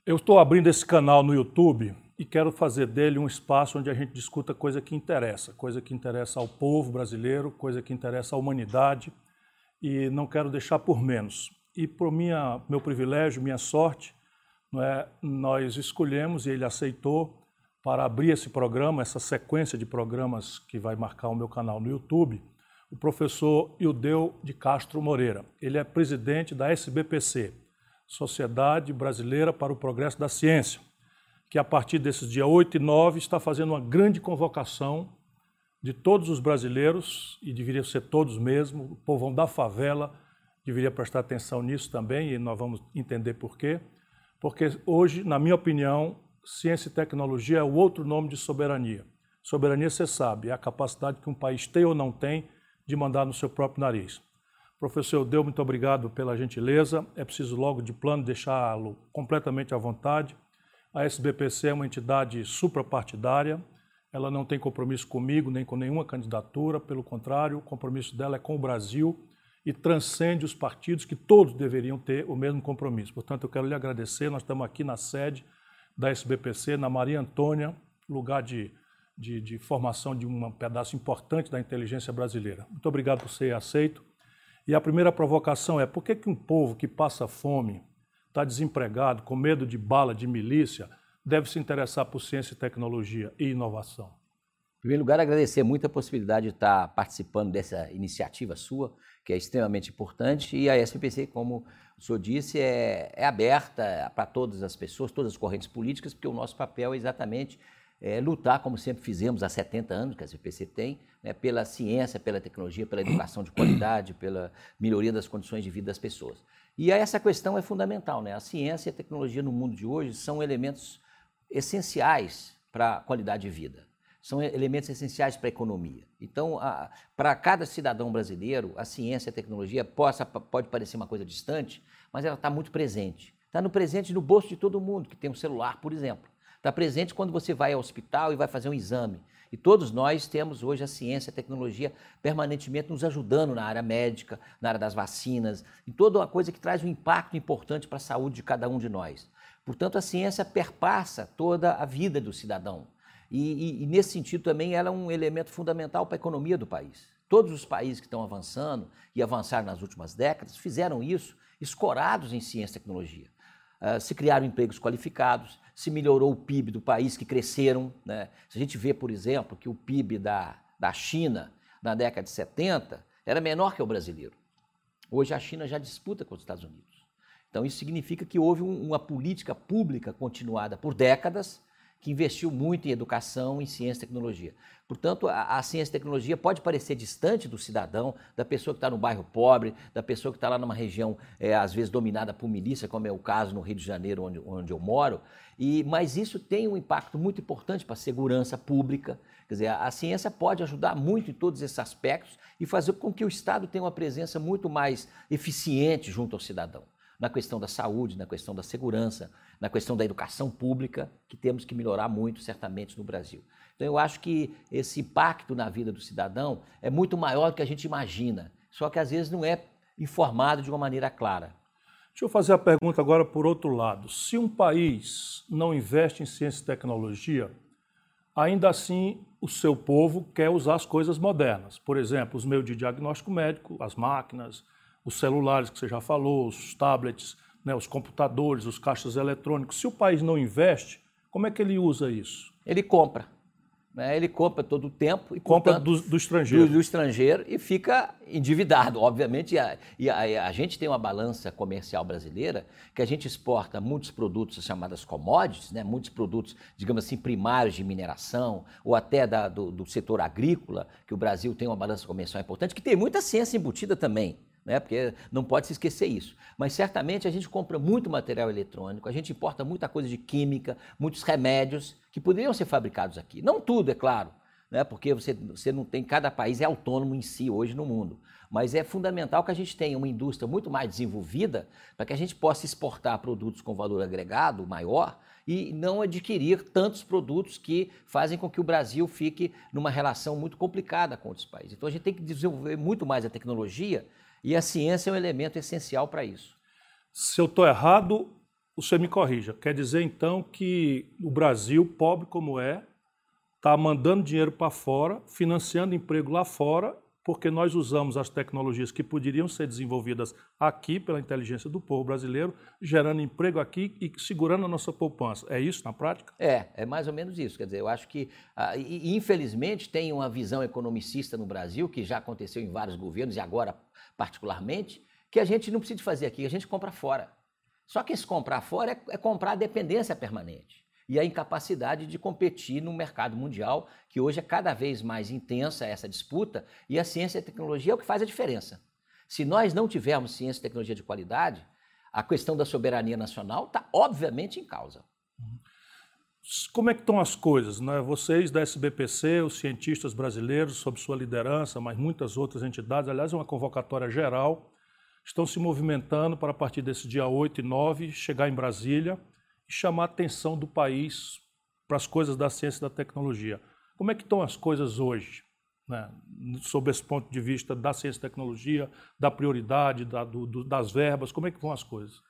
Eu estou abrindo esse canal no YouTube e quero fazer dele um espaço onde a gente discuta coisa que interessa ao povo brasileiro, coisa que interessa à humanidade, e não quero deixar por menos. E por meu privilégio, minha sorte, nós escolhemos, e ele aceitou, para abrir esse programa, essa sequência de programas que vai marcar o meu canal no YouTube, o professor Ildeu de Castro Moreira. Ele é presidente da SBPC, Sociedade Brasileira para o Progresso da Ciência, que a partir desses dias 8 e 9 está fazendo uma grande convocação de todos os brasileiros, e deveria ser todos mesmo, o povão da favela deveria prestar atenção nisso também, e nós vamos entender por quê. Porque hoje, na minha opinião, ciência e tecnologia é o outro nome de soberania. Soberania, você sabe, é a capacidade que um país tem ou não tem de mandar no seu próprio nariz. Professor Ildeu, muito obrigado pela gentileza. É preciso logo de plano deixá-lo completamente à vontade. A SBPC é uma entidade suprapartidária, ela não tem compromisso comigo nem com nenhuma candidatura, pelo contrário, o compromisso dela é com o Brasil e transcende os partidos, que todos deveriam ter o mesmo compromisso. Portanto, eu quero lhe agradecer, nós estamos aqui na sede da SBPC, na Maria Antônia, lugar de formação de um pedaço importante da inteligência brasileira. Muito obrigado por ser aceito. E a primeira provocação é: por que um povo que passa fome, está desempregado, com medo de bala, de milícia, deve se interessar por ciência, tecnologia e inovação? Em primeiro lugar, agradecer muito a possibilidade de estar participando dessa iniciativa sua, que é extremamente importante, e a SBPC, como o senhor disse, é aberta para todas as pessoas, todas as correntes políticas, porque o nosso papel é exatamente lutar, como sempre fizemos há 70 anos, que a SBPC tem, pela ciência, pela tecnologia, pela educação de qualidade, pela melhoria das condições de vida das pessoas. E essa questão é fundamental, A ciência e a tecnologia no mundo de hoje são elementos essenciais para a qualidade de vida, são elementos essenciais para a economia. Então, para cada cidadão brasileiro, a ciência e a tecnologia pode parecer uma coisa distante, mas ela está muito presente. Está presente no bolso de todo mundo que tem um celular, por exemplo. Está presente quando você vai ao hospital e vai fazer um exame. E todos nós temos hoje a ciência e a tecnologia permanentemente nos ajudando na área médica, na área das vacinas, em toda uma coisa que traz um impacto importante para a saúde de cada um de nós. Portanto, a ciência perpassa toda a vida do cidadão. E nesse sentido também ela é um elemento fundamental para a economia do país. Todos os países que estão avançando e avançaram nas últimas décadas fizeram isso escorados em ciência e tecnologia. Se criaram empregos qualificados, se melhorou o PIB do país, que cresceram. Se a gente vê, por exemplo, que o PIB da China, na década de 70, era menor que o brasileiro. Hoje a China já disputa com os Estados Unidos. Então isso significa que houve uma política pública continuada por décadas, que investiu muito em educação, em ciência e tecnologia. Portanto, a ciência e tecnologia pode parecer distante do cidadão, da pessoa que está no bairro pobre, da pessoa que está lá numa região, às vezes, dominada por milícia, como é o caso no Rio de Janeiro, onde eu moro, mas isso tem um impacto muito importante para a segurança pública. Quer dizer, a ciência pode ajudar muito em todos esses aspectos e fazer com que o Estado tenha uma presença muito mais eficiente junto ao cidadão. Na questão da saúde, na questão da segurança, na questão da educação pública, que temos que melhorar muito, certamente, no Brasil. Então, eu acho que esse impacto na vida do cidadão é muito maior do que a gente imagina, só que, às vezes, não é informado de uma maneira clara. Deixa eu fazer a pergunta agora por outro lado. Se um país não investe em ciência e tecnologia, ainda assim o seu povo quer usar as coisas modernas. Por exemplo, os meios de diagnóstico médico, as máquinas, os celulares que você já falou, os tablets, os computadores, os caixas eletrônicos. Se o país não investe, como é que ele usa isso? Ele compra. Ele compra todo o tempo. E, compra portanto, do estrangeiro. Do estrangeiro e fica endividado, obviamente. E a gente tem uma balança comercial brasileira que a gente exporta muitos produtos chamadas commodities, muitos produtos, digamos assim, primários de mineração ou até do setor agrícola, que o Brasil tem uma balança comercial importante, que tem muita ciência embutida também. Porque não pode se esquecer isso. Mas certamente a gente compra muito material eletrônico, a gente importa muita coisa de química, muitos remédios que poderiam ser fabricados aqui. Não tudo, é claro, porque você não tem, cada país é autônomo em si hoje no mundo. Mas é fundamental que a gente tenha uma indústria muito mais desenvolvida para que a gente possa exportar produtos com valor agregado maior e não adquirir tantos produtos que fazem com que o Brasil fique numa relação muito complicada com outros países. Então a gente tem que desenvolver muito mais a tecnologia. E a ciência é um elemento essencial para isso. Se eu estou errado, você me corrija, quer dizer então que o Brasil, pobre como é, está mandando dinheiro para fora, financiando emprego lá fora, porque nós usamos as tecnologias que poderiam ser desenvolvidas aqui pela inteligência do povo brasileiro, gerando emprego aqui e segurando a nossa poupança. É isso na prática? É mais ou menos isso. Quer dizer, eu acho que, infelizmente, tem uma visão economicista no Brasil, que já aconteceu em vários governos e agora particularmente, que a gente não precisa de fazer aqui, a gente compra fora. Só que esse comprar fora é comprar a dependência permanente e a incapacidade de competir no mercado mundial, que hoje é cada vez mais intensa essa disputa, e a ciência e a tecnologia é o que faz a diferença. Se nós não tivermos ciência e tecnologia de qualidade, a questão da soberania nacional está obviamente em causa. Como é que estão as coisas, né? Vocês da SBPC, os cientistas brasileiros, sob sua liderança, mas muitas outras entidades, aliás, é uma convocatória geral, estão se movimentando para, a partir desse dia 8 e 9, chegar em Brasília e chamar a atenção do país para as coisas da ciência e da tecnologia. Como é que estão as coisas hoje, né? Sob esse ponto de vista da ciência e tecnologia, da prioridade, das verbas, como é que vão as coisas?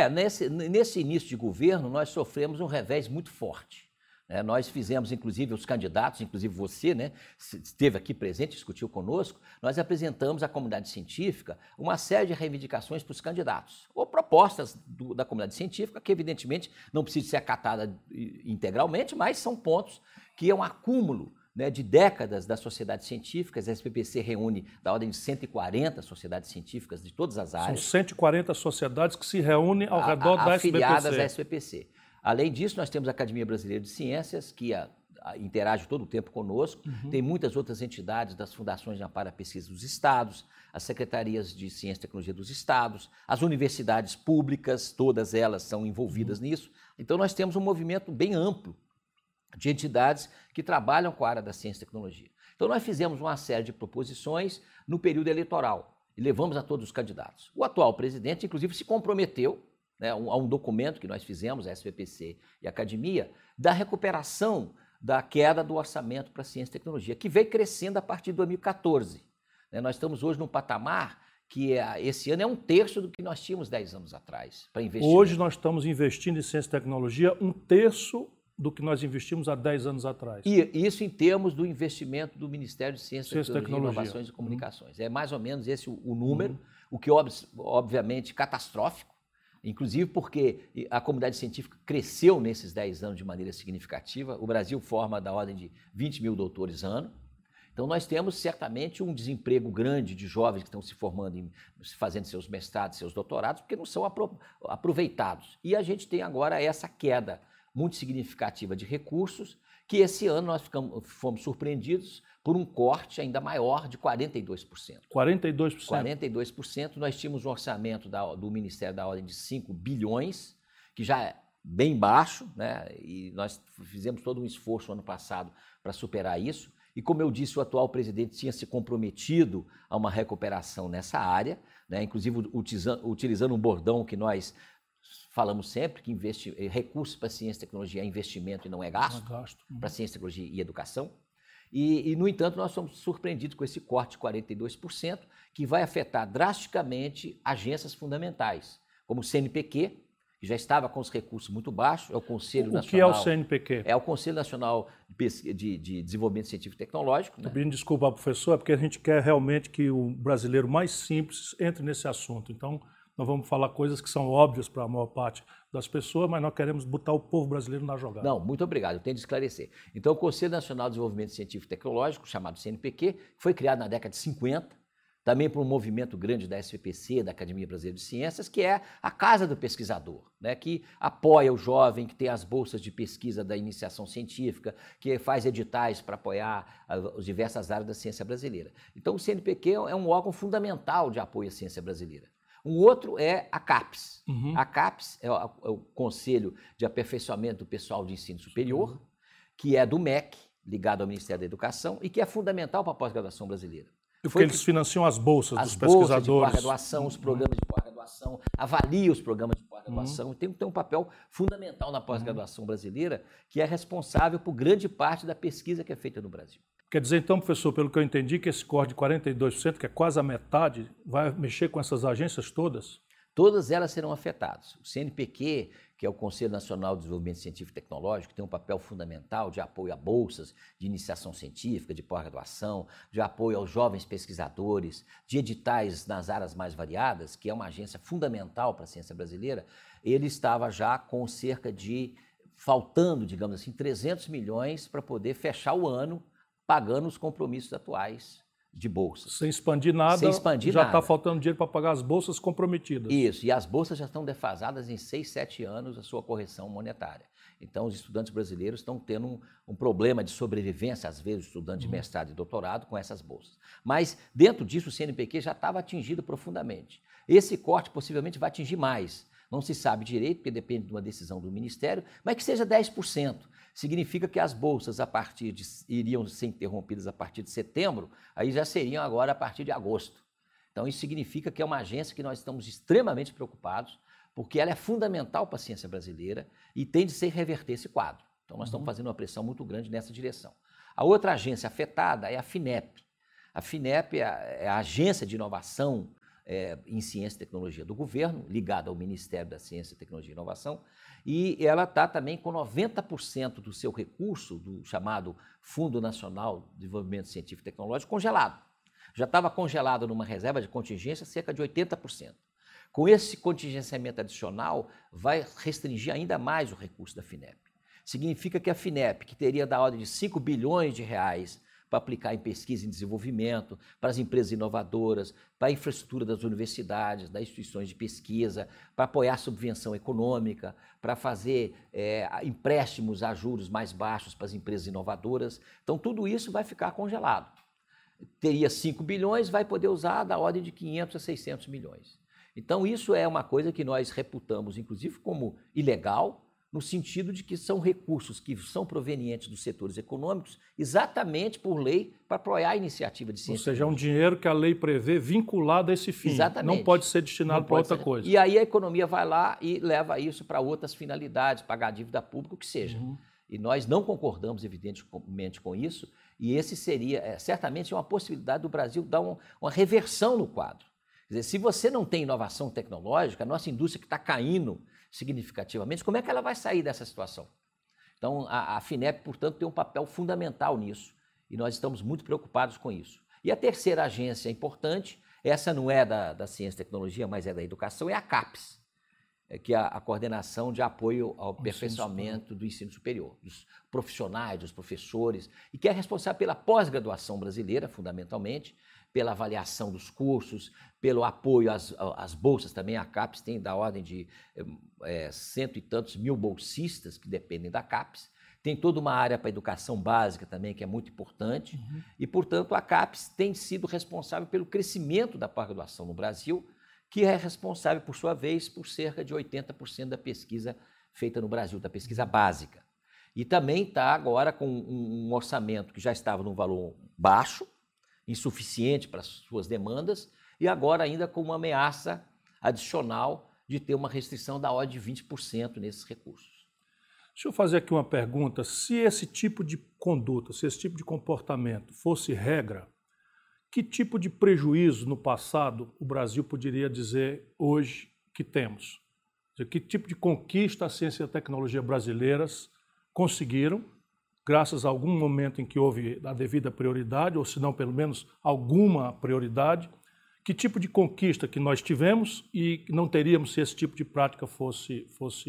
Nesse início de governo, nós sofremos um revés muito forte. Nós fizemos, inclusive, os candidatos, inclusive você, né, esteve aqui presente, discutiu conosco, nós apresentamos à comunidade científica uma série de reivindicações para os candidatos, ou propostas da comunidade científica, que evidentemente não precisa ser acatada integralmente, mas são pontos que é um acúmulo, né, de décadas das sociedades científicas. A SBPC reúne da ordem de 140 sociedades científicas de todas as áreas. São 140 sociedades que se reúnem ao redor da SBPC. Afiliadas à SBPC. Além disso, nós temos a Academia Brasileira de Ciências, que interage todo o tempo conosco. Tem muitas outras entidades das fundações de amparo à pesquisa dos estados, as secretarias de Ciência e Tecnologia dos estados, as universidades públicas, todas elas são envolvidas nisso. Então, nós temos um movimento bem amplo de entidades que trabalham com a área da ciência e tecnologia. Então, nós fizemos uma série de proposições no período eleitoral e levamos a todos os candidatos. O atual presidente, inclusive, se comprometeu, né, a um documento que nós fizemos, a SBPC e a Academia, da recuperação da queda do orçamento para ciência e tecnologia, que veio crescendo a partir de 2014. Nós estamos hoje num patamar que esse ano é 1/3 do que nós tínhamos 10 anos atrás para investir. Hoje nós estamos investindo em ciência e tecnologia 1/3 do que nós investimos há 10 anos atrás. E isso em termos do investimento do Ministério de Ciência, Tecnologia, Inovações e Comunicações. É mais ou menos esse o número, o que obviamente catastrófico, inclusive porque a comunidade científica cresceu nesses 10 anos de maneira significativa. O Brasil forma da ordem de 20 mil doutores ano. Então nós temos certamente um desemprego grande de jovens que estão se formando, fazendo seus mestrados, seus doutorados, porque não são aproveitados. E a gente tem agora essa queda muito significativa de recursos, que esse ano nós fomos surpreendidos por um corte ainda maior de 42%. 42%? 42%. Nós tínhamos um orçamento do Ministério da ordem de 5 bilhões, que já é bem baixo, né? E nós fizemos todo um esforço ano passado para superar isso. E como eu disse, o atual presidente tinha se comprometido a uma recuperação nessa área, né? Inclusive utilizando um bordão que nós falamos sempre, que recursos para ciência e tecnologia é investimento e não é gasto, para ciência, tecnologia e educação. E, no entanto, nós somos surpreendidos com esse corte de 42%, que vai afetar drasticamente agências fundamentais, como o CNPq, que já estava com os recursos muito baixos, é o Conselho Nacional... O que é o CNPq? É o Conselho Nacional de Desenvolvimento Científico e Tecnológico. Né? Pedindo desculpa ao professor, é porque a gente quer realmente que o brasileiro mais simples entre nesse assunto. Então, nós vamos falar coisas que são óbvias para a maior parte das pessoas, mas nós queremos botar o povo brasileiro na jogada. Não, muito obrigado, eu tenho de esclarecer. Então, o Conselho Nacional de Desenvolvimento Científico e Tecnológico, chamado CNPq, foi criado na década de 50, também por um movimento grande da SBPC, da Academia Brasileira de Ciências, que é a casa do pesquisador, né, que apoia o jovem, que tem as bolsas de pesquisa da iniciação científica, que faz editais para apoiar as diversas áreas da ciência brasileira. Então, o CNPq é um órgão fundamental de apoio à ciência brasileira. Um outro é a CAPES. A CAPES é o Conselho de Aperfeiçoamento do Pessoal de Ensino Superior, que é do MEC, ligado ao Ministério da Educação, e que é fundamental para a pós-graduação brasileira. Porque eles financiam as bolsas dos pesquisadores. As bolsas de pós-graduação, os programas de pós-graduação, avalia os programas de pós-graduação, tem um papel fundamental na pós-graduação brasileira, que é responsável por grande parte da pesquisa que é feita no Brasil. Quer dizer, então, professor, pelo que eu entendi, que esse corte de 42%, que é quase a metade, vai mexer com essas agências todas? Todas elas serão afetadas. O CNPq, que é o Conselho Nacional de Desenvolvimento Científico e Tecnológico, tem um papel fundamental de apoio a bolsas de iniciação científica, de pós-graduação, de apoio aos jovens pesquisadores, de editais nas áreas mais variadas, que é uma agência fundamental para a ciência brasileira. Ele estava já com cerca de, faltando, digamos assim, 300 milhões para poder fechar o ano pagando os compromissos atuais de bolsas. Sem expandir nada, já está faltando dinheiro para pagar as bolsas comprometidas. Isso, e as bolsas já estão defasadas em 6, 7 anos a sua correção monetária. Então, os estudantes brasileiros estão tendo um problema de sobrevivência, às vezes, estudantes de mestrado e doutorado, com essas bolsas. Mas, dentro disso, o CNPq já estava atingido profundamente. Esse corte possivelmente vai atingir mais. Não se sabe direito, porque depende de uma decisão do Ministério, mas que seja 10%. Significa que as bolsas iriam ser interrompidas a partir de setembro, aí já seriam agora a partir de agosto. Então isso significa que é uma agência que nós estamos extremamente preocupados, porque ela é fundamental para a ciência brasileira e tem de reverter esse quadro. Então nós estamos fazendo uma pressão muito grande nessa direção. A outra agência afetada é a FINEP. A FINEP é a agência de inovação em ciência e tecnologia do governo, ligada ao Ministério da Ciência, Tecnologia e Inovação, e ela está também com 90% do seu recurso, do chamado Fundo Nacional de Desenvolvimento Científico e Tecnológico, congelado. Já estava congelado numa reserva de contingência cerca de 80%. Com esse contingenciamento adicional, vai restringir ainda mais o recurso da FINEP. Significa que a FINEP, que teria da ordem de 5 bilhões de reais para aplicar em pesquisa e desenvolvimento, para as empresas inovadoras, para a infraestrutura das universidades, das instituições de pesquisa, para apoiar a subvenção econômica, para fazer empréstimos a juros mais baixos para as empresas inovadoras. Então, tudo isso vai ficar congelado. Teria 5 bilhões, vai poder usar da ordem de 500 a 600 milhões. Então, isso é uma coisa que nós reputamos, inclusive, como ilegal, no sentido de que são recursos que são provenientes dos setores econômicos, exatamente por lei, para apoiar a iniciativa de ciência. Ou seja, é um dinheiro que a lei prevê vinculado a esse fim. Exatamente. Não pode ser destinado para outra coisa. E aí a economia vai lá e leva isso para outras finalidades, pagar dívida pública, o que seja. E nós não concordamos, evidentemente, com isso, e esse seria, certamente, uma possibilidade do Brasil dar uma reversão no quadro. Quer dizer, se você não tem inovação tecnológica, a nossa indústria que está caindo significativamente, como é que ela vai sair dessa situação? Então, a FINEP, portanto, tem um papel fundamental nisso e nós estamos muito preocupados com isso. E a terceira agência importante, essa não é da ciência e tecnologia, mas é da educação, é a CAPES, que é a coordenação de apoio ao aperfeiçoamento do ensino superior, dos profissionais, dos professores, e que é responsável pela pós-graduação brasileira, fundamentalmente, pela avaliação dos cursos, pelo apoio às bolsas também. A CAPES tem da ordem de 100 e tantos mil bolsistas que dependem da CAPES. Tem toda uma área para a educação básica também, que é muito importante. E, portanto, a CAPES tem sido responsável pelo crescimento da pós-graduação no Brasil, que é responsável, por sua vez, por cerca de 80% da pesquisa feita no Brasil, da pesquisa básica. E também está agora com um orçamento que já estava num valor baixo, insuficiente para as suas demandas, e agora ainda com uma ameaça adicional de ter uma restrição da ordem de 20% nesses recursos. Deixa eu fazer aqui uma pergunta. Se esse tipo de conduta, se esse tipo de comportamento fosse regra, que tipo de prejuízo no passado o Brasil poderia dizer hoje que temos? Que tipo de conquista a ciência e a tecnologia brasileiras conseguiram, graças a algum momento em que houve a devida prioridade, ou se não, pelo menos, alguma prioridade? Que tipo de conquista que nós tivemos e não teríamos se esse tipo de prática fosse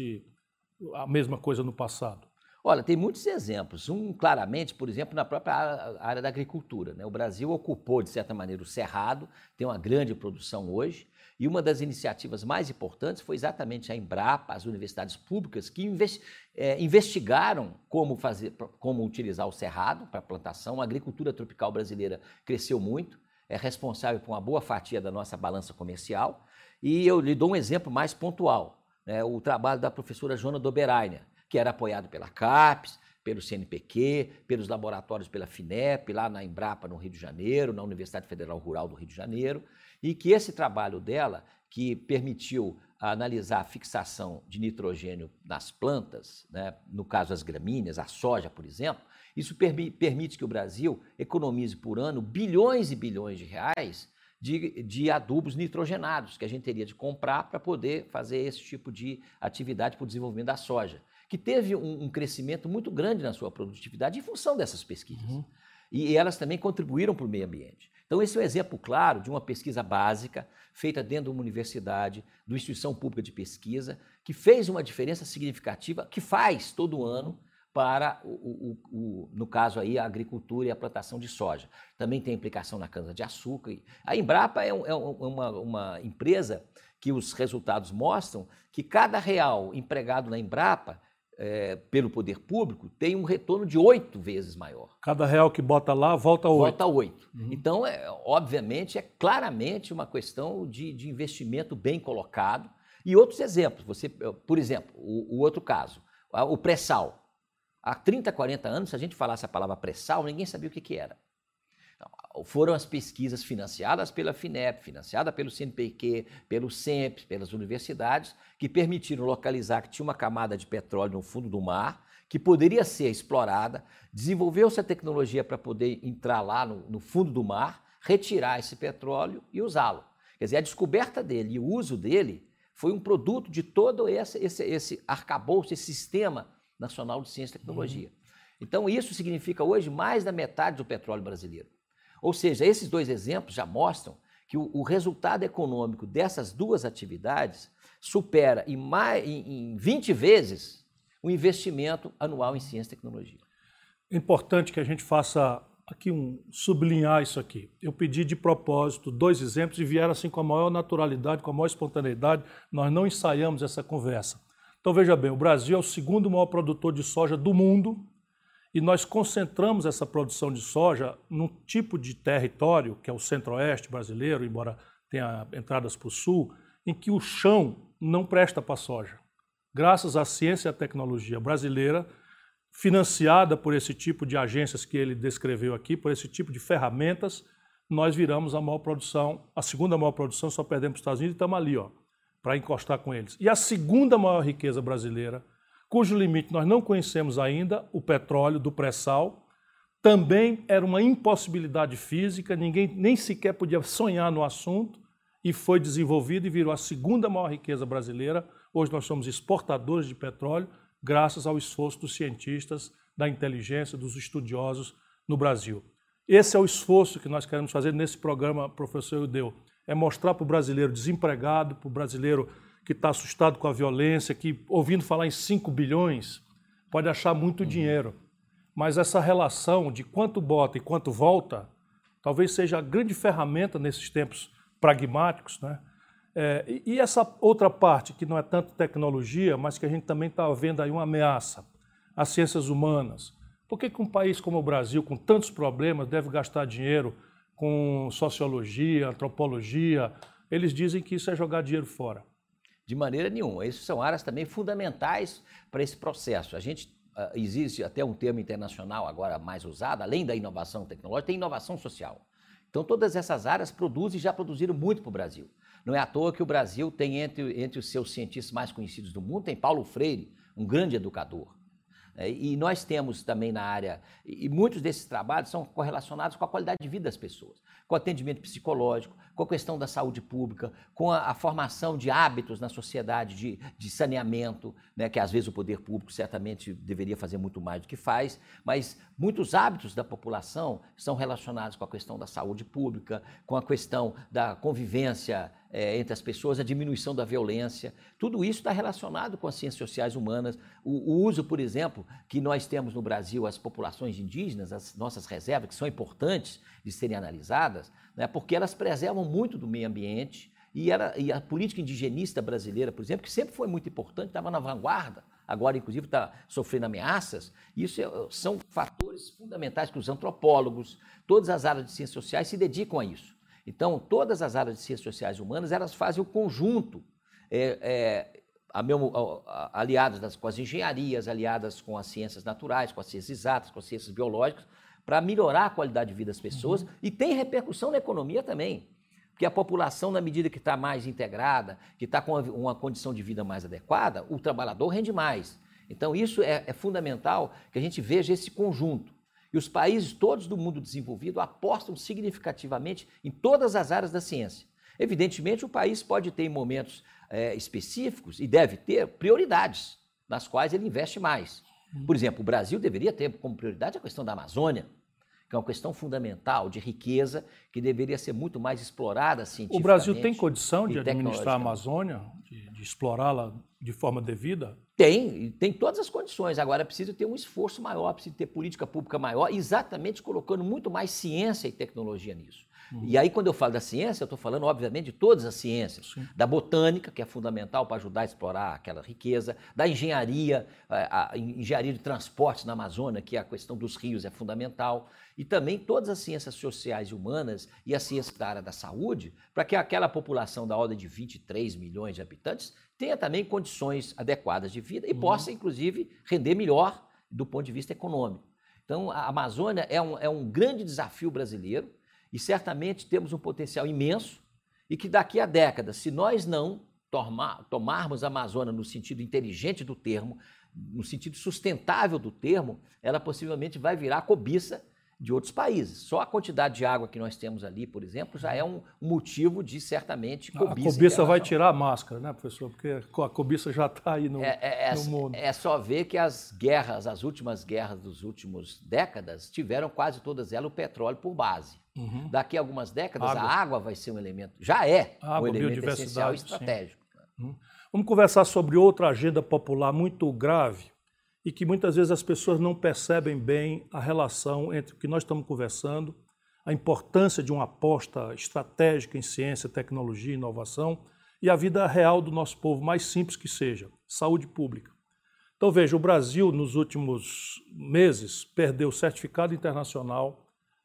a mesma coisa no passado? Olha, tem muitos exemplos. Claramente, por exemplo, na própria área da agricultura, né? O Brasil ocupou, de certa maneira, o cerrado, tem uma grande produção hoje, e uma das iniciativas mais importantes foi exatamente a Embrapa, as universidades públicas, que investigaram como utilizar o cerrado para plantação. A agricultura tropical brasileira cresceu muito, é responsável por uma boa fatia da nossa balança comercial, e eu lhe dou um exemplo mais pontual, né? O trabalho da professora Joana Doberainer, que era apoiado pela CAPES, pelo CNPq, pelos laboratórios pela FINEP, lá na Embrapa, no Rio de Janeiro, na Universidade Federal Rural do Rio de Janeiro, e que esse trabalho dela, que permitiu analisar a fixação de nitrogênio nas plantas, né, no caso as gramíneas, a soja, por exemplo, isso permite que o Brasil economize por ano bilhões e bilhões de reais de adubos nitrogenados, que a gente teria de comprar para poder fazer esse tipo de atividade para o desenvolvimento da soja, que teve um crescimento muito grande na sua produtividade em função dessas pesquisas. E elas também contribuíram para o meio ambiente. Então, esse é um exemplo claro de uma pesquisa básica feita dentro de uma universidade, de uma instituição pública de pesquisa, que fez uma diferença significativa, que faz todo ano para, no caso aí, a agricultura e a plantação de soja. Também tem implicação na cana-de-açúcar. A Embrapa é uma empresa que os resultados mostram que cada real empregado na Embrapa, pelo poder público, tem um retorno de 8 vezes maior. Cada real que bota lá, volta 8. Volta 8. Então, obviamente, é claramente uma questão de investimento bem colocado. E outros exemplos, por exemplo, o outro caso, o pré-sal. Há 30, 40 anos, se a gente falasse a palavra pré-sal, ninguém sabia o que era. Foram as pesquisas financiadas pela FINEP, financiada pelo CNPq, pelo SEMP, pelas universidades, que permitiram localizar que tinha uma camada de petróleo no fundo do mar, que poderia ser explorada, desenvolveu-se a tecnologia para poder entrar lá no fundo do mar, retirar esse petróleo e usá-lo. Quer dizer, a descoberta dele e o uso dele foi um produto de todo esse arcabouço, esse sistema nacional de ciência e tecnologia. Então, isso significa hoje mais da metade do petróleo brasileiro. Ou seja, esses dois exemplos já mostram que o resultado econômico dessas duas atividades supera em 20 vezes o investimento anual em ciência e tecnologia. É importante que a gente faça aqui sublinhar isso aqui. Eu pedi de propósito 2 exemplos e vieram assim com a maior naturalidade, com a maior espontaneidade. Nós não ensaiamos essa conversa. Então veja bem, o Brasil é o 2º maior produtor de soja do mundo. E nós concentramos essa produção de soja num tipo de território, que é o centro-oeste brasileiro, embora tenha entradas para o sul, em que o chão não presta para a soja. Graças à ciência e à tecnologia brasileira, financiada por esse tipo de agências que ele descreveu aqui, por esse tipo de ferramentas, nós viramos a maior produção, a 2ª maior produção, só perdemos para os Estados Unidos e estamos ali, para encostar com eles. E a 2ª maior riqueza brasileira, cujo limite nós não conhecemos ainda, o petróleo do pré-sal, também era uma impossibilidade física, ninguém nem sequer podia sonhar no assunto, e foi desenvolvido e virou a 2ª maior riqueza brasileira. Hoje nós somos exportadores de petróleo, graças ao esforço dos cientistas, da inteligência, dos estudiosos no Brasil. Esse é o esforço que nós queremos fazer nesse programa, professor Eudeu, é mostrar para o brasileiro desempregado, para o brasileiro que está assustado com a violência, que ouvindo falar em 5 bilhões, pode achar muito dinheiro. Mas essa relação de quanto bota e quanto volta, talvez seja a grande ferramenta nesses tempos pragmáticos, né? E essa outra parte, que não é tanto tecnologia, mas que a gente também está vendo aí uma ameaça, as ciências humanas. Por que um país como o Brasil, com tantos problemas, deve gastar dinheiro com sociologia, antropologia? Eles dizem que isso é jogar dinheiro fora. De maneira nenhuma. Essas são áreas também fundamentais para esse processo. Existe até um termo internacional agora mais usado, além da inovação tecnológica, tem inovação social. Então, todas essas áreas produzem e já produziram muito para o Brasil. Não é à toa que o Brasil tem, entre os seus cientistas mais conhecidos do mundo, tem Paulo Freire, um grande educador. E nós temos também na área, e muitos desses trabalhos são correlacionados com a qualidade de vida das pessoas, com o atendimento psicológico, com a questão da saúde pública, com a formação de hábitos na sociedade, de saneamento, né, que às vezes o poder público certamente deveria fazer muito mais do que faz, mas muitos hábitos da população são relacionados com a questão da saúde pública, com a questão da convivência entre as pessoas, a diminuição da violência. Tudo isso está relacionado com as ciências sociais humanas. O uso, por exemplo, que nós temos no Brasil, as populações indígenas, as nossas reservas, que são importantes de serem analisadas, né, porque elas preservam muito do meio ambiente e a política indigenista brasileira, por exemplo, que sempre foi muito importante, estava na vanguarda, agora inclusive está sofrendo ameaças. Isso são fatores fundamentais que os antropólogos, todas as áreas de ciências sociais se dedicam a isso. Então, todas as áreas de ciências sociais humanas, elas fazem o conjunto, aliadas com as engenharias, aliadas com as ciências naturais, com as ciências exatas, com as ciências biológicas, para melhorar a qualidade de vida das pessoas, e tem repercussão na economia também, porque a população, na medida que está mais integrada, que está com uma condição de vida mais adequada, o trabalhador rende mais. Então, isso é fundamental que a gente veja esse conjunto. E os países todos do mundo desenvolvido apostam significativamente em todas as áreas da ciência. Evidentemente, o país pode ter em momentos específicos, e deve ter, prioridades, nas quais ele investe mais. Por exemplo, o Brasil deveria ter como prioridade a questão da Amazônia, que é uma questão fundamental de riqueza, que deveria ser muito mais explorada cientificamente. O Brasil tem condição de administrar a Amazônia, de explorá-la de forma devida? Tem todas as condições. Agora, precisa ter um esforço maior, precisa ter política pública maior, exatamente colocando muito mais ciência e tecnologia nisso. E aí, quando eu falo da ciência, eu estou falando, obviamente, de todas as ciências. Sim. Da botânica, que é fundamental para ajudar a explorar aquela riqueza, da engenharia, a engenharia de transportes na Amazônia, que a questão dos rios é fundamental, e também todas as ciências sociais e humanas e a ciência da área da saúde, para que aquela população da ordem de 23 milhões de habitantes tenha também condições adequadas de vida e possa, inclusive, render melhor do ponto de vista econômico. Então, a Amazônia é um grande desafio brasileiro, e certamente temos um potencial imenso e que daqui a décadas, se nós não tomarmos a Amazônia no sentido inteligente do termo, no sentido sustentável do termo, ela possivelmente vai virar cobiça de outros países. Só a quantidade de água que nós temos ali, por exemplo, já é um motivo de, certamente, cobiça. A cobiça vai tirar a máscara, né, professor? Porque a cobiça já está aí no mundo. É só ver que as guerras, as últimas guerras dos últimos décadas, tiveram quase todas elas o petróleo por base. Daqui a algumas décadas, a água vai ser um elemento, já é um elemento essencial e estratégico. Vamos conversar sobre outra agenda popular muito grave e que muitas vezes as pessoas não percebem bem a relação entre o que nós estamos conversando, a importância de uma aposta estratégica em ciência, tecnologia e inovação e a vida real do nosso povo, mais simples que seja, saúde pública. Então veja, o Brasil nos últimos meses perdeu o certificado internacional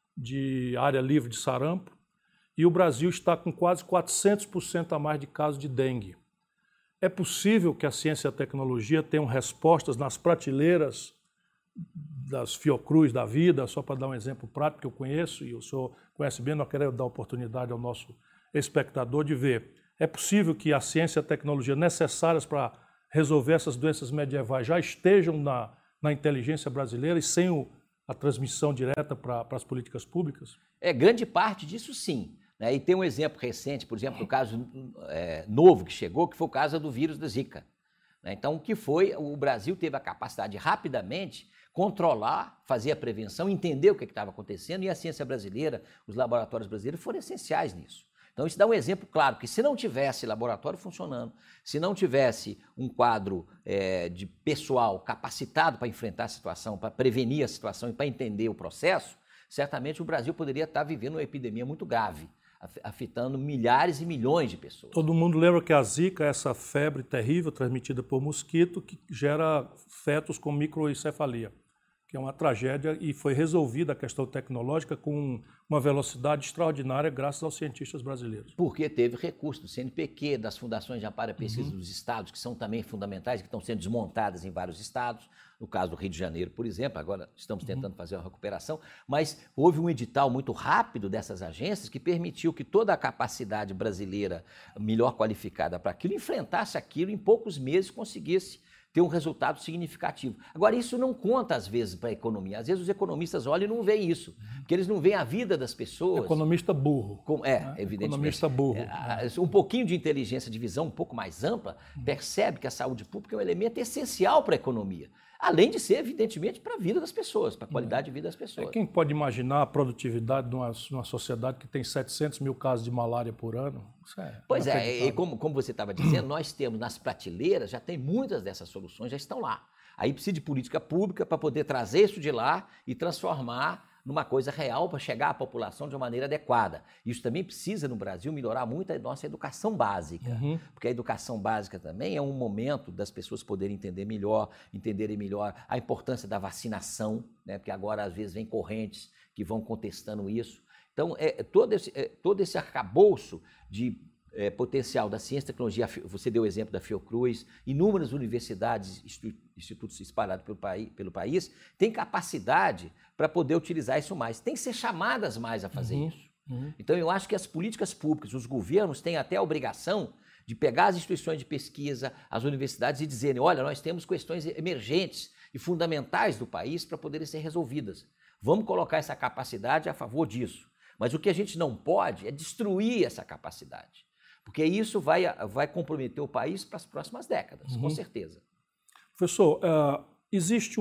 de área livre de sarampo, e o Brasil está com quase 400% a mais de casos de dengue. É possível que a ciência e a tecnologia tenham respostas nas prateleiras das Fiocruz da vida, só para dar um exemplo prático que eu conheço, e o senhor conhece bem, não quero dar oportunidade ao nosso espectador de ver. É possível que a ciência e a tecnologia necessárias para resolver essas doenças medievais já estejam na inteligência brasileira e sem a transmissão direta para as políticas públicas? Grande parte disso sim. Né? E tem um exemplo recente, por exemplo, do caso novo que chegou, que foi o caso do vírus da Zika. Né? Então, o Brasil teve a capacidade de rapidamente controlar, fazer a prevenção, entender o que estava acontecendo, e a ciência brasileira, os laboratórios brasileiros foram essenciais nisso. Então, isso dá um exemplo claro, que se não tivesse laboratório funcionando, se não tivesse um quadro de pessoal capacitado para enfrentar a situação, para prevenir a situação e para entender o processo, certamente o Brasil poderia estar vivendo uma epidemia muito grave, afetando milhares e milhões de pessoas. Todo mundo lembra que a Zika é essa febre terrível transmitida por mosquito que gera fetos com microencefalia, que é uma tragédia, e foi resolvida a questão tecnológica com uma velocidade extraordinária graças aos cientistas brasileiros. Porque teve recurso do CNPq, das fundações de amparo à pesquisa dos estados, que são também fundamentais, que estão sendo desmontadas em vários estados, no caso do Rio de Janeiro, por exemplo, agora estamos tentando fazer uma recuperação, mas houve um edital muito rápido dessas agências que permitiu que toda a capacidade brasileira melhor qualificada para aquilo enfrentasse aquilo em poucos meses, conseguisse ter um resultado significativo. Agora, isso não conta, às vezes, para a economia. Às vezes os economistas olham e não veem isso, porque eles não veem a vida das pessoas. Economista burro. Evidentemente. Economista burro. Um pouquinho de inteligência, de visão um pouco mais ampla, percebe que a saúde pública é um elemento essencial para a economia. Além de ser, evidentemente, para a vida das pessoas, para a qualidade de vida das pessoas. Quem pode imaginar a produtividade de uma sociedade que tem 700 mil casos de malária por ano? Pois é, e como você estava dizendo, nós temos nas prateleiras, já tem muitas dessas soluções, já estão lá. Aí precisa de política pública para poder trazer isso de lá e transformar numa coisa real para chegar à população de uma maneira adequada. Isso também precisa, no Brasil, melhorar muito a nossa educação básica, porque a educação básica também é um momento das pessoas poderem entenderem melhor a importância da vacinação, né? Porque agora, às vezes, vem correntes que vão contestando isso. Então, todo esse arcabouço de potencial da ciência e tecnologia, você deu o exemplo da Fiocruz, inúmeras universidades, institutos espalhados pelo país, têm capacidade para poder utilizar isso mais. Tem que ser chamadas mais a fazer isso. Então, eu acho que as políticas públicas, os governos têm até a obrigação de pegar as instituições de pesquisa, as universidades e dizerem, olha, nós temos questões emergentes e fundamentais do país para poderem ser resolvidas. Vamos colocar essa capacidade a favor disso. Mas o que a gente não pode é destruir essa capacidade, porque isso vai comprometer o país para as próximas décadas, com certeza. Professor, existe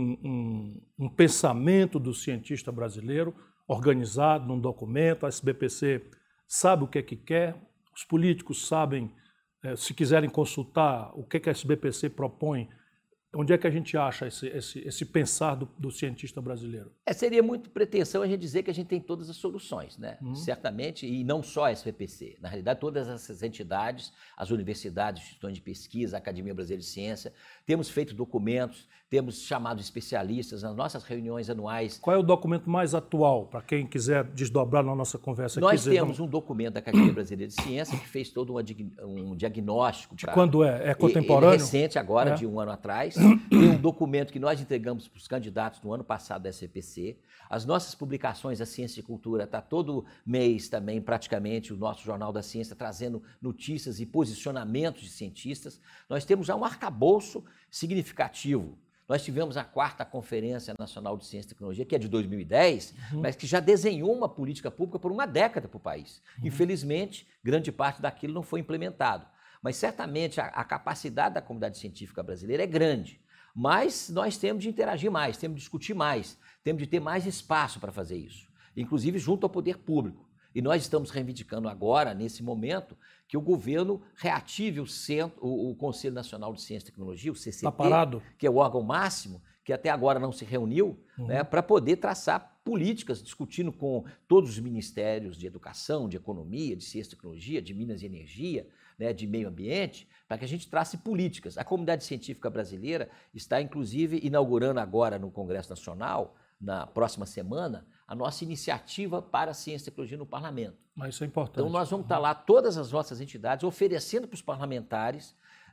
um pensamento do cientista brasileiro organizado num documento, a SBPC sabe o que é que quer, os políticos sabem, se quiserem consultar o que é que a SBPC propõe, onde é que a gente acha esse pensar do cientista brasileiro? Seria muito pretensão a gente dizer que a gente tem todas as soluções, né? Certamente, e não só a SBPC. Na realidade, todas essas entidades, as universidades, instituições de pesquisa, a Academia Brasileira de Ciência, temos feito documentos, temos chamado especialistas nas nossas reuniões anuais. Qual é o documento mais atual, para quem quiser desdobrar na nossa conversa? Nós temos um documento da Academia Brasileira de Ciência que fez todo um diagnóstico. De quando é? É contemporâneo? Ele é recente agora, de um ano atrás. Tem um documento que nós entregamos para os candidatos no ano passado da SBPC. As nossas publicações, a Ciência e Cultura, está todo mês também, praticamente, o nosso Jornal da Ciência trazendo notícias e posicionamentos de cientistas. Nós temos já um arcabouço significativo. Nós tivemos a 4ª Conferência Nacional de Ciência e Tecnologia, que é de 2010, mas que já desenhou uma política pública por uma década para o país. Infelizmente, grande parte daquilo não foi implementado. Mas certamente a capacidade da comunidade científica brasileira é grande. Mas nós temos de interagir mais, temos de discutir mais, temos de ter mais espaço para fazer isso, inclusive junto ao poder público. E nós estamos reivindicando agora, nesse momento, que o governo reative o Conselho Nacional de Ciência e Tecnologia, o CCT, que é o órgão máximo, que até agora não se reuniu, né, para poder traçar políticas, discutindo com todos os ministérios de educação, de economia, de ciência e tecnologia, de minas e energia, né, de meio ambiente, para que a gente trace políticas. A comunidade científica brasileira está, inclusive, inaugurando agora no Congresso Nacional, na próxima semana, a nossa iniciativa para a ciência e tecnologia no parlamento. Mas isso é importante. Então, nós vamos estar lá, todas as nossas entidades, oferecendo para os parlamentares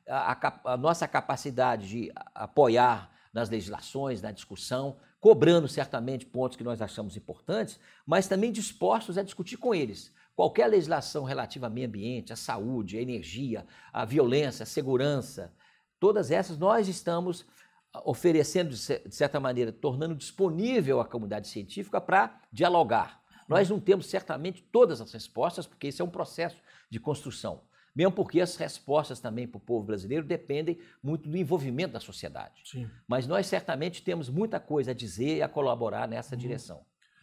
a nossa capacidade de apoiar nas legislações, na discussão, cobrando certamente pontos que nós achamos importantes, mas também dispostos a discutir com eles. Qualquer legislação relativa ao meio ambiente, à saúde, à energia, à violência, à segurança, todas essas nós estamos oferecendo, de certa maneira, tornando disponível a comunidade científica para dialogar. Nós não temos certamente todas as respostas, porque esse é um processo de construção. Mesmo porque as respostas também para o povo brasileiro dependem muito do envolvimento da sociedade. Sim. Mas nós certamente temos muita coisa a dizer e a colaborar nessa direção.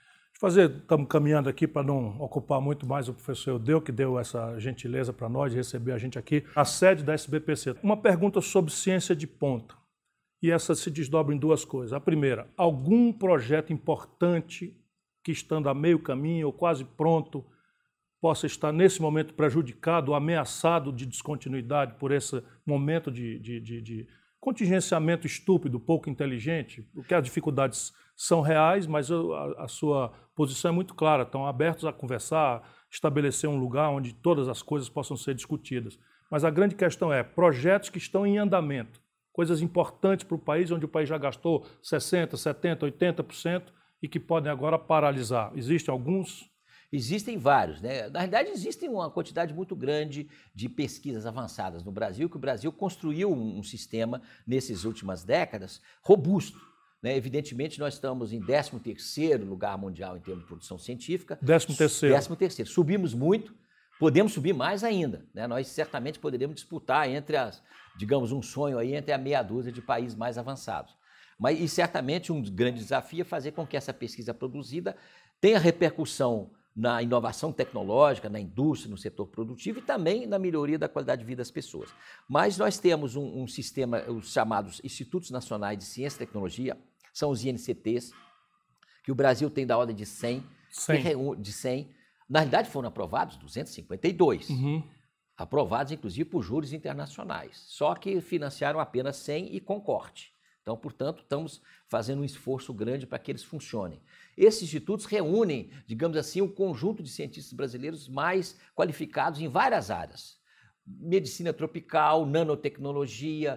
Estamos caminhando aqui para não ocupar muito mais o professor Eudeu, que deu essa gentileza para nós de receber a gente aqui, a sede da SBPC. Uma pergunta sobre ciência de ponta. E essa se desdobra em duas coisas. A primeira, algum projeto importante que, estando a meio caminho ou quase pronto, possa estar nesse momento prejudicado, ameaçado de descontinuidade por esse momento de contingenciamento estúpido, pouco inteligente, porque as dificuldades são reais, mas a sua posição é muito clara. Estão abertos a conversar, estabelecer um lugar onde todas as coisas possam ser discutidas. Mas a grande questão é projetos que estão em andamento, coisas importantes para o país, onde o país já gastou 60%, 70%, 80% e que podem agora paralisar. Existem alguns? Existem vários, né? Na realidade, existe uma quantidade muito grande de pesquisas avançadas no Brasil, que o Brasil construiu um sistema, nessas últimas décadas, robusto. Né? Evidentemente, nós estamos em 13º lugar mundial em termos de produção científica. 13º. 13º. Subimos muito, podemos subir mais ainda. Né? Nós certamente poderíamos disputar entre digamos, um sonho aí entre a meia dúzia de países mais avançados. E certamente um grande desafio é fazer com que essa pesquisa produzida tenha repercussão na inovação tecnológica, na indústria, no setor produtivo e também na melhoria da qualidade de vida das pessoas. Mas nós temos um sistema, os chamados Institutos Nacionais de Ciência e Tecnologia, são os INCTs, que o Brasil tem da ordem de 100. Na realidade foram aprovados 252, aprovados inclusive por júris internacionais, só que financiaram apenas 100 e com corte. Então, portanto, estamos fazendo um esforço grande para que eles funcionem. Esses institutos reúnem, digamos assim, um conjunto de cientistas brasileiros mais qualificados em várias áreas. medicina tropical, nanotecnologia,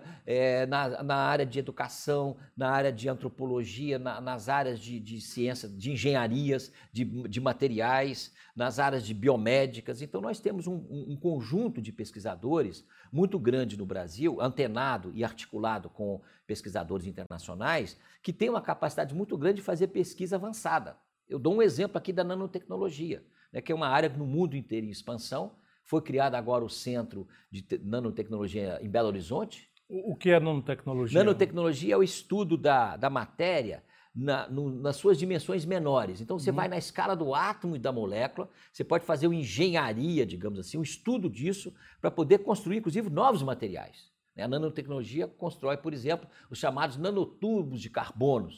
na área de educação, na área de antropologia, nas áreas de ciência, de engenharias, de materiais, nas áreas de biomédicas. Então, nós temos um conjunto de pesquisadores muito grande no Brasil, antenado e articulado com pesquisadores internacionais, que tem uma capacidade muito grande de fazer pesquisa avançada. Eu dou um exemplo aqui da nanotecnologia, né, que é uma área no mundo inteiro em expansão. Foi criado agora o Centro de Nanotecnologia em Belo Horizonte. O que é nanotecnologia? Nanotecnologia é o estudo da matéria nas suas dimensões menores. Então, você vai na escala do átomo e da molécula, você pode fazer uma engenharia, digamos assim, um estudo disso, para poder construir, inclusive, novos materiais. A nanotecnologia constrói, por exemplo, os chamados nanotubos de carbono,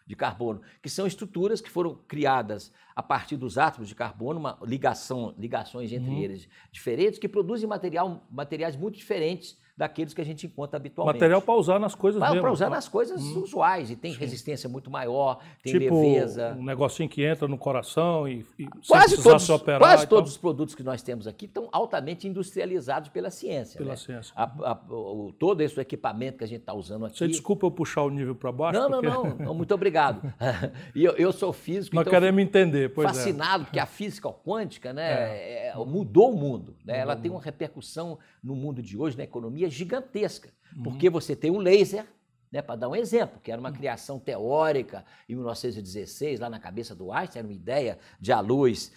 que são estruturas que foram criadas a partir dos átomos de carbono, ligações entre eles diferentes, que produzem materiais muito diferentes daqueles que a gente encontra habitualmente. Material para usar nas coisas mesmo. Para usar nas coisas usuais, e tem resistência muito maior, tem leveza. Um negocinho que entra no coração e quase sem precisar se operar. Quase todos os produtos que nós temos aqui estão altamente industrializados pela ciência. Pela ciência. Todo esse equipamento que a gente está usando aqui... Você desculpa eu puxar o nível para baixo? Não, muito obrigado. E eu sou físico, nós queremos entender, pois fascinado, porque a física quântica, né, mudou o mundo. Né? Ela tem uma repercussão no mundo de hoje, na economia, gigantesca. Porque você tem um laser, né, para dar um exemplo, que era uma criação teórica em 1916, lá na cabeça do Einstein, era uma ideia de a luz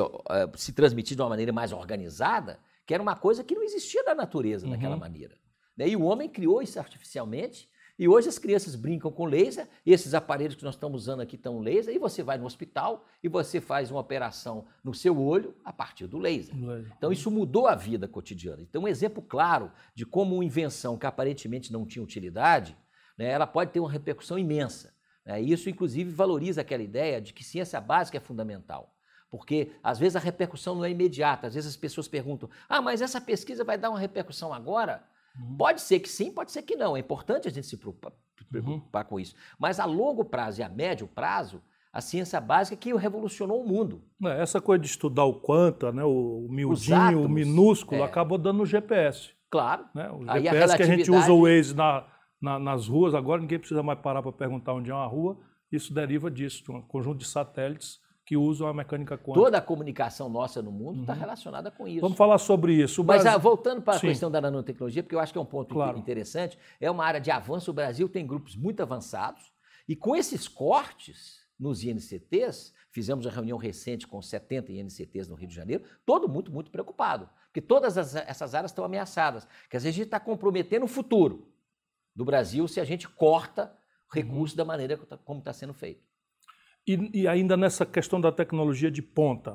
se transmitir de uma maneira mais organizada, que era uma coisa que não existia na natureza daquela maneira. Né? E o homem criou isso artificialmente. E hoje as crianças brincam com laser, esses aparelhos que nós estamos usando aqui estão laser, e você vai no hospital e você faz uma operação no seu olho a partir do laser. Então isso mudou a vida cotidiana. Então um exemplo claro de como uma invenção que aparentemente não tinha utilidade, né, ela pode ter uma repercussão imensa. Né? E isso inclusive valoriza aquela ideia de que ciência básica é fundamental. Porque às vezes a repercussão não é imediata, às vezes as pessoas perguntam, mas essa pesquisa vai dar uma repercussão agora? Pode ser que sim, pode ser que não. É importante a gente se preocupar com isso. Mas a longo prazo e a médio prazo, a ciência básica que revolucionou o mundo. Essa coisa de estudar o quanta, né, o miudinho, o minúsculo, acabou dando no GPS. Claro. Né? O GPS que a gente usa o Waze nas ruas, agora ninguém precisa mais parar para perguntar onde é uma rua. Isso deriva disso, de um conjunto de satélites que usam a mecânica quântica. Toda a comunicação nossa no mundo está relacionada com isso. Vamos falar sobre isso. Mas voltando para a questão da nanotecnologia, porque eu acho que é um ponto interessante, é uma área de avanço. O Brasil tem grupos muito avançados e com esses cortes nos INCTs, fizemos uma reunião recente com 70 INCTs no Rio de Janeiro, todo mundo muito preocupado, porque todas essas áreas estão ameaçadas. Quer dizer, a gente está comprometendo o futuro do Brasil se a gente corta recursos da maneira como está sendo feito. E ainda nessa questão da tecnologia de ponta,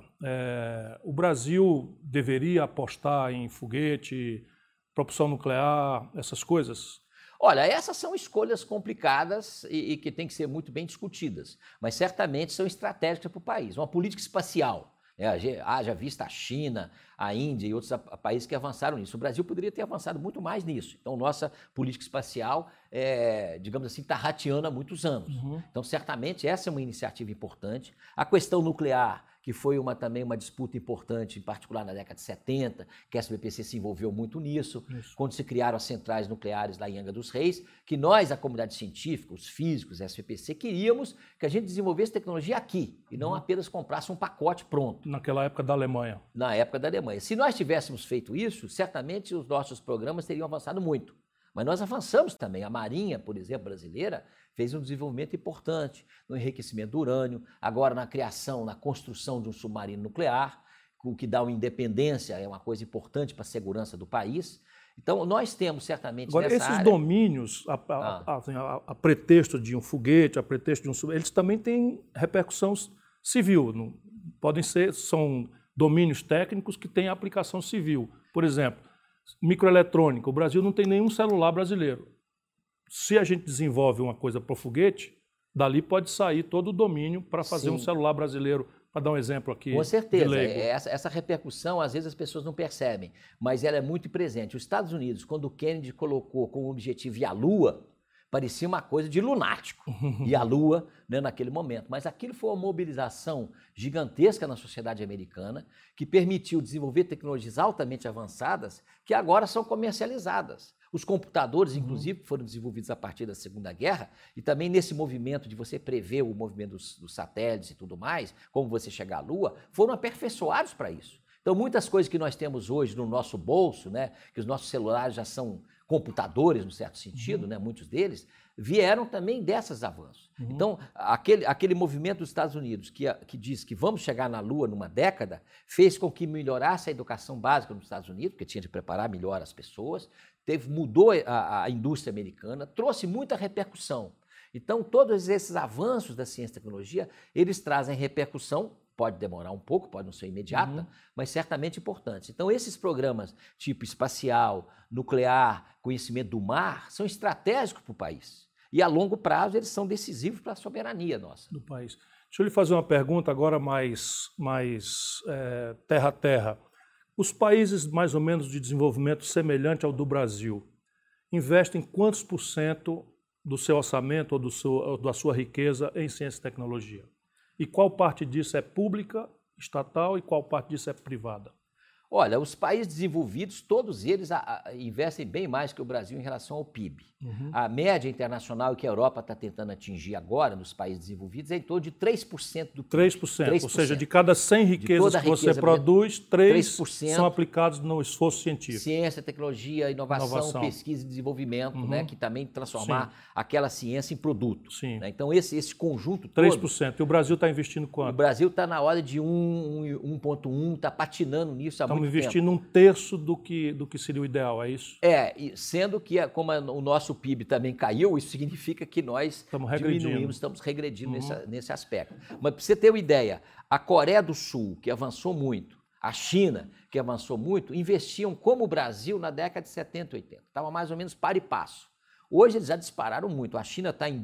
o Brasil deveria apostar em foguete, propulsão nuclear, essas coisas? Olha, essas são escolhas complicadas e que têm que ser muito bem discutidas, mas certamente são estratégicas para o país. Uma política espacial, haja vista a China, a Índia e outros países que avançaram nisso. O Brasil poderia ter avançado muito mais nisso. Então, nossa política espacial, digamos assim, está rateando há muitos anos. Então, certamente, essa é uma iniciativa importante. A questão nuclear, que foi também uma disputa importante, em particular na década de 70, que a SBPC se envolveu muito nisso, quando se criaram as centrais nucleares lá em Angra dos Reis, que nós, a comunidade científica, os físicos, a SBPC, queríamos que a gente desenvolvesse tecnologia aqui, e não apenas comprasse um pacote pronto. Naquela época da Alemanha. Na época da Alemanha. Se nós tivéssemos feito isso, certamente os nossos programas teriam avançado muito. Mas nós avançamos também. A Marinha, por exemplo, brasileira, fez um desenvolvimento importante no enriquecimento do urânio, agora na criação, na construção de um submarino nuclear, o que dá uma independência, é uma coisa importante para a segurança do país. Então, nós temos certamente agora, nessa esses área... domínios, a pretexto de um foguete, a pretexto de um submarino, eles também têm repercussão civil. Não, são domínios técnicos que têm aplicação civil. Por exemplo, microeletrônica. O Brasil não tem nenhum celular brasileiro. Se a gente desenvolve uma coisa para o foguete, dali pode sair todo o domínio para fazer um celular brasileiro, para dar um exemplo aqui. Com certeza. Essa repercussão, às vezes, as pessoas não percebem, mas ela é muito presente. Os Estados Unidos, quando o Kennedy colocou como objetivo ir à Lua, parecia uma coisa de lunático, e a Lua, né, naquele momento. Mas aquilo foi uma mobilização gigantesca na sociedade americana, que permitiu desenvolver tecnologias altamente avançadas, que agora são comercializadas. Os computadores, inclusive, foram desenvolvidos a partir da Segunda Guerra, e também nesse movimento de você prever o movimento dos satélites e tudo mais, como você chegar à Lua, foram aperfeiçoados para isso. Então, muitas coisas que nós temos hoje no nosso bolso, né, que os nossos celulares já são computadores, no certo sentido, né, muitos deles, vieram também desses avanços. Então, aquele movimento dos Estados Unidos que diz que vamos chegar na Lua numa década, fez com que melhorasse a educação básica nos Estados Unidos, porque tinha de preparar melhor as pessoas, mudou a indústria americana, trouxe muita repercussão. Então, todos esses avanços da ciência e tecnologia, eles trazem repercussão. Pode demorar um pouco, pode não ser imediata, mas certamente importante. Então, esses programas tipo espacial, nuclear, conhecimento do mar, são estratégicos para o país. E a longo prazo eles são decisivos para a soberania nossa. Do país. Deixa eu lhe fazer uma pergunta agora mais terra a terra. Os países mais ou menos de desenvolvimento semelhante ao do Brasil investem quantos por cento do seu orçamento ou da sua riqueza em ciência e tecnologia? E qual parte disso é pública, estatal, e qual parte disso é privada? Olha, os países desenvolvidos, todos eles investem bem mais que o Brasil em relação ao PIB. A média internacional que a Europa está tentando atingir agora, nos países desenvolvidos, é em torno de 3% do PIB. 3%, ou seja, de cada 100 riquezas que você produz, 3% são aplicados no esforço científico. Ciência, tecnologia, inovação, pesquisa e desenvolvimento, né, que também transformar aquela ciência em produto. Né? Então, esse conjunto todo... 3%. E o Brasil está investindo quanto? O Brasil está na ordem de 1,1, está patinando nisso há muito tempo. Estamos investindo um terço do que seria o ideal, é isso? Sendo que, como o nosso PIB também caiu, isso significa que nós estamos regredindo nesse aspecto. Mas para você ter uma ideia, a Coreia do Sul, que avançou muito, a China, que avançou muito, investiam como o Brasil na década de 70 e 80. Estava mais ou menos par e passo. Hoje eles já dispararam muito. A China está em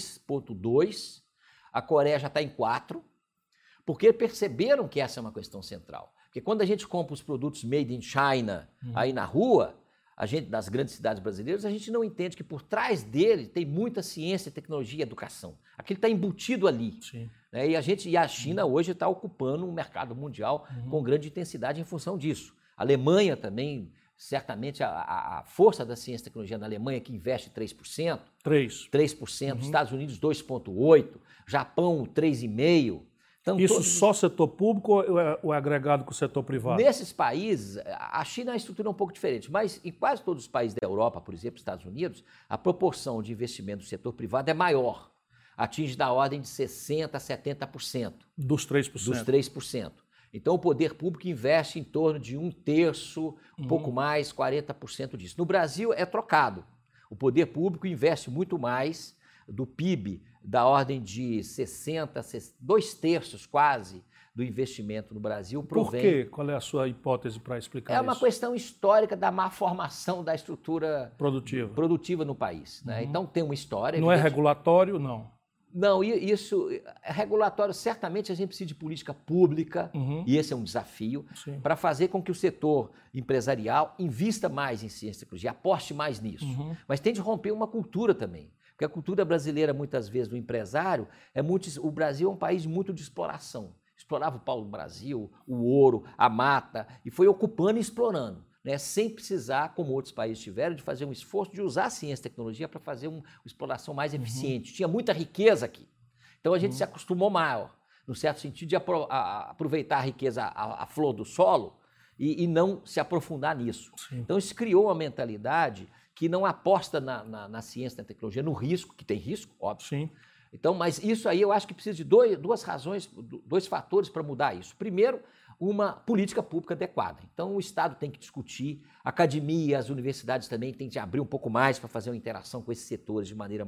2,2, a Coreia já está em 4, porque perceberam que essa é uma questão central. Porque quando a gente compra os produtos made in China aí na rua, nas grandes cidades brasileiras, a gente não entende que por trás dele tem muita ciência, tecnologia e educação. Aquilo está embutido ali. Né? E a China hoje está ocupando um mercado mundial com grande intensidade em função disso. A Alemanha também, certamente a força da ciência e tecnologia na Alemanha, que investe 3%. 3%, Estados Unidos 2,8%, Japão 3,5%. Então, isso só setor público ou é agregado com o setor privado? Nesses países, a China é uma estrutura um pouco diferente, mas em quase todos os países da Europa, por exemplo, Estados Unidos, a proporção de investimento do setor privado é maior. Atinge da ordem de 60% a 70%. Dos 3%? Dos 3%. Então, o poder público investe em torno de um terço, um pouco mais, 40% disso. No Brasil, é trocado. O poder público investe muito mais do PIB, da ordem de 60%, 2/3 quase do investimento no Brasil provém... Por quê? Qual é a sua hipótese para explicar isso? É uma questão histórica da má formação da estrutura produtiva no país. Né? Então tem uma história... Não é regulatório, não? Não, isso é regulatório. Certamente a gente precisa de política pública, e esse é um desafio, para fazer com que o setor empresarial invista mais em ciência e tecnologia, aposte mais nisso. Mas tem de romper uma cultura também. Porque a cultura brasileira, muitas vezes, do empresário, o Brasil é um país muito de exploração. Explorava o pau-brasil, o ouro, a mata, e foi ocupando e explorando, né? Sem precisar, como outros países tiveram, de fazer um esforço de usar a ciência e tecnologia para fazer uma exploração mais eficiente. Tinha muita riqueza aqui. Então a gente se acostumou maior, no certo sentido, de aproveitar a riqueza, a flor do solo, e não se aprofundar nisso. Então isso criou uma mentalidade que não aposta na ciência e na tecnologia, no risco, que tem risco, óbvio. Então, mas isso aí eu acho que precisa de duas razões, dois fatores para mudar isso. Primeiro, uma política pública adequada. Então, o Estado tem que discutir, a academia, as universidades também têm que abrir um pouco mais para fazer uma interação com esses setores de maneira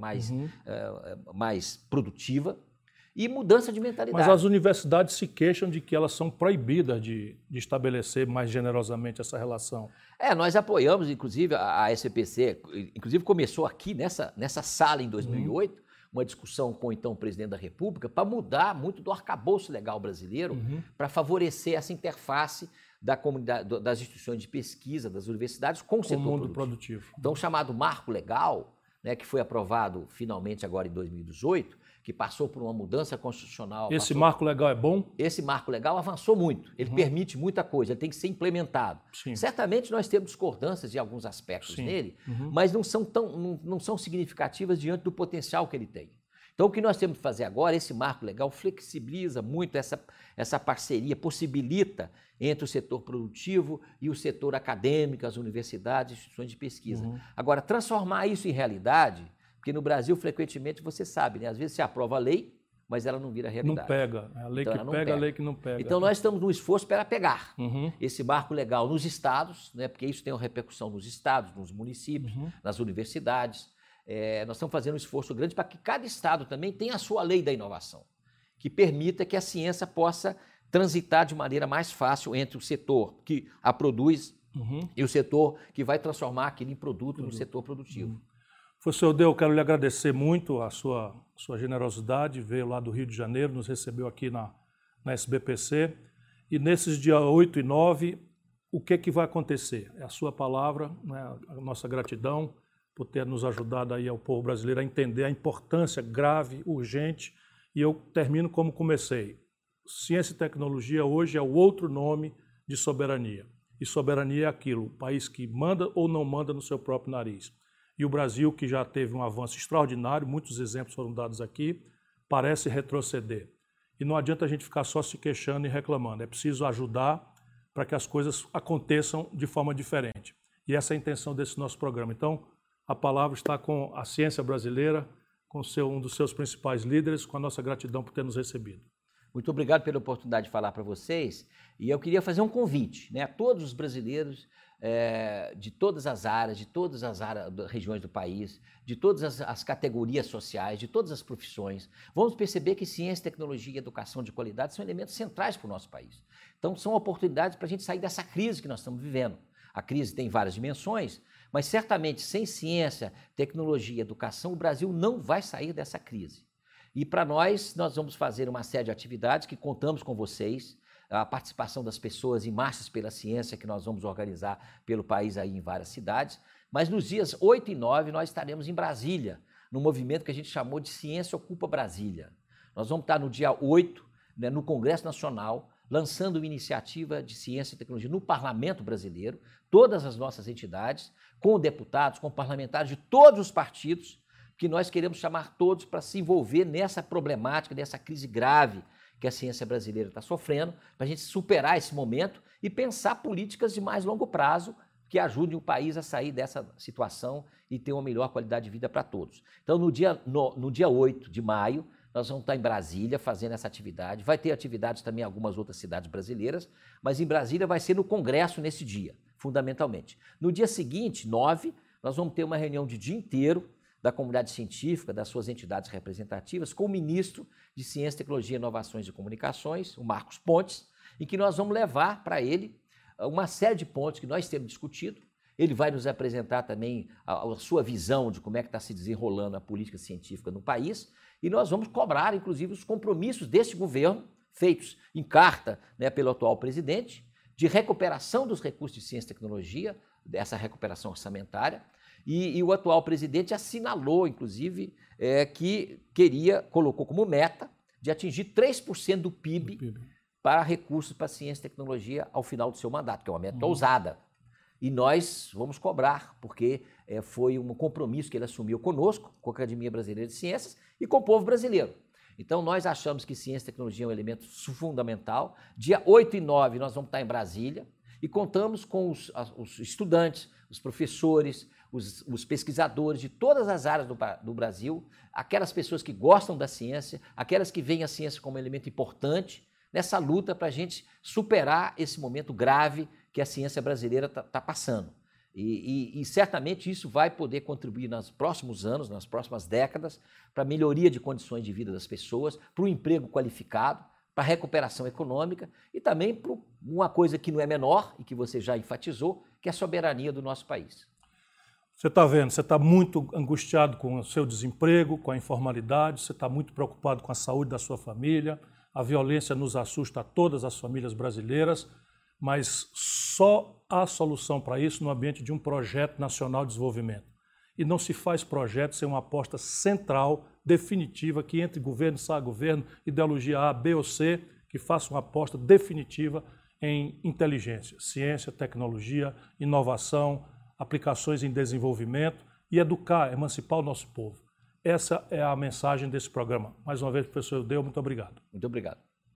mais produtiva. E mudança de mentalidade. Mas as universidades se queixam de que elas são proibidas de estabelecer mais generosamente essa relação. Nós apoiamos, inclusive, a SPC, inclusive começou aqui nessa sala em 2008, uma discussão com então o presidente da República para mudar muito do arcabouço legal brasileiro para favorecer essa interface da comunidade, das instituições de pesquisa, das universidades com o setor mundo produtivo. Então, o chamado marco legal, né, que foi aprovado finalmente agora em 2018, que passou por uma mudança constitucional. Esse marco legal é bom? Esse marco legal avançou muito, ele permite muita coisa, ele tem que ser implementado. Sim. Certamente nós temos discordâncias em alguns aspectos nele, mas não são significativas diante do potencial que ele tem. Então, o que nós temos que fazer agora, esse marco legal flexibiliza muito essa parceria, possibilita entre o setor produtivo e o setor acadêmico, as universidades, instituições de pesquisa. Agora, transformar isso em realidade, porque no Brasil, frequentemente, você sabe, né? Às vezes se aprova a lei, mas ela não vira realidade. Não pega, é a lei então, que pega, a lei que não pega. Então, nós estamos num esforço para pegar esse marco legal nos estados, né? Porque isso tem uma repercussão nos estados, nos municípios, nas universidades. Nós estamos fazendo um esforço grande para que cada estado também tenha a sua lei da inovação, que permita que a ciência possa transitar de maneira mais fácil entre o setor que a produz e o setor que vai transformar aquilo em produto no setor produtivo. Professor Eudeu, eu quero lhe agradecer muito a sua generosidade, veio lá do Rio de Janeiro, nos recebeu aqui na SBPC, e nesses dias 8 e 9, o que vai acontecer? É a sua palavra, né, a nossa gratidão por ter nos ajudado aí ao povo brasileiro a entender a importância grave, urgente, e eu termino como comecei. Ciência e tecnologia hoje é o outro nome de soberania, e soberania é aquilo, o país que manda ou não manda no seu próprio nariz. E o Brasil, que já teve um avanço extraordinário, muitos exemplos foram dados aqui, parece retroceder. E não adianta a gente ficar só se queixando e reclamando, é preciso ajudar para que as coisas aconteçam de forma diferente. E essa é a intenção desse nosso programa. Então, a palavra está com a ciência brasileira, com um dos seus principais líderes, com a nossa gratidão por ter nos recebido. Muito obrigado pela oportunidade de falar para vocês. E eu queria fazer um convite, né, a todos os brasileiros de todas as áreas, regiões do país, de todas as categorias sociais, de todas as profissões. Vamos perceber que ciência, tecnologia e educação de qualidade são elementos centrais para o nosso país. Então, são oportunidades para a gente sair dessa crise que nós estamos vivendo. A crise tem várias dimensões, mas certamente sem ciência, tecnologia e educação, o Brasil não vai sair dessa crise. E para nós vamos fazer uma série de atividades que contamos com vocês, a participação das pessoas em marchas pela ciência que nós vamos organizar pelo país aí em várias cidades, mas nos dias 8 e 9 nós estaremos em Brasília, num movimento que a gente chamou de Ciência Ocupa Brasília. Nós vamos estar no dia 8, né, no Congresso Nacional, lançando uma iniciativa de ciência e tecnologia no Parlamento brasileiro, todas as nossas entidades, com deputados, com parlamentares de todos os partidos, que nós queremos chamar todos para se envolver nessa problemática, nessa crise grave que a ciência brasileira está sofrendo, para a gente superar esse momento e pensar políticas de mais longo prazo que ajudem o país a sair dessa situação e ter uma melhor qualidade de vida para todos. Então, no dia 8 de maio, nós vamos estar em Brasília fazendo essa atividade. Vai ter atividades também em algumas outras cidades brasileiras, mas em Brasília vai ser no Congresso nesse dia, fundamentalmente. No dia seguinte, 9, nós vamos ter uma reunião de dia inteiro da comunidade científica, das suas entidades representativas, com o ministro de Ciência, Tecnologia, Inovações e Comunicações, o Marcos Pontes, em que nós vamos levar para ele uma série de pontos que nós temos discutido. Ele vai nos apresentar também a sua visão de como é que está se desenrolando a política científica no país, e nós vamos cobrar, inclusive, os compromissos desse governo, feitos em carta, né, pelo atual presidente, de recuperação dos recursos de ciência e tecnologia, dessa recuperação orçamentária, e o atual presidente assinalou, inclusive, que colocou como meta de atingir 3% do PIB para recursos para ciência e tecnologia ao final do seu mandato, que é uma meta ousada. E nós vamos cobrar, porque foi um compromisso que ele assumiu conosco, com a Academia Brasileira de Ciências e com o povo brasileiro. Então, nós achamos que ciência e tecnologia é um elemento fundamental. Dia 8 e 9 nós vamos estar em Brasília e contamos com os estudantes, os professores, os pesquisadores de todas as áreas do Brasil, aquelas pessoas que gostam da ciência, aquelas que veem a ciência como um elemento importante nessa luta para a gente superar esse momento grave que a ciência brasileira está passando. E certamente isso vai poder contribuir nos próximos anos, nas próximas décadas, para a melhoria de condições de vida das pessoas, para o emprego qualificado, para a recuperação econômica e também para uma coisa que não é menor e que você já enfatizou, que é a soberania do nosso país. Você está vendo, você está muito angustiado com o seu desemprego, com a informalidade, você está muito preocupado com a saúde da sua família, a violência nos assusta a todas as famílias brasileiras, mas só há solução para isso no ambiente de um projeto nacional de desenvolvimento. e não se faz projeto sem uma aposta central, definitiva, que entre governo, sai governo, ideologia A, B ou C, que faça uma aposta definitiva em inteligência, ciência, tecnologia, inovação, aplicações em desenvolvimento e educar, emancipar o nosso povo. Essa é a mensagem desse programa. Mais uma vez, professor Eudeu, muito obrigado. Muito obrigado.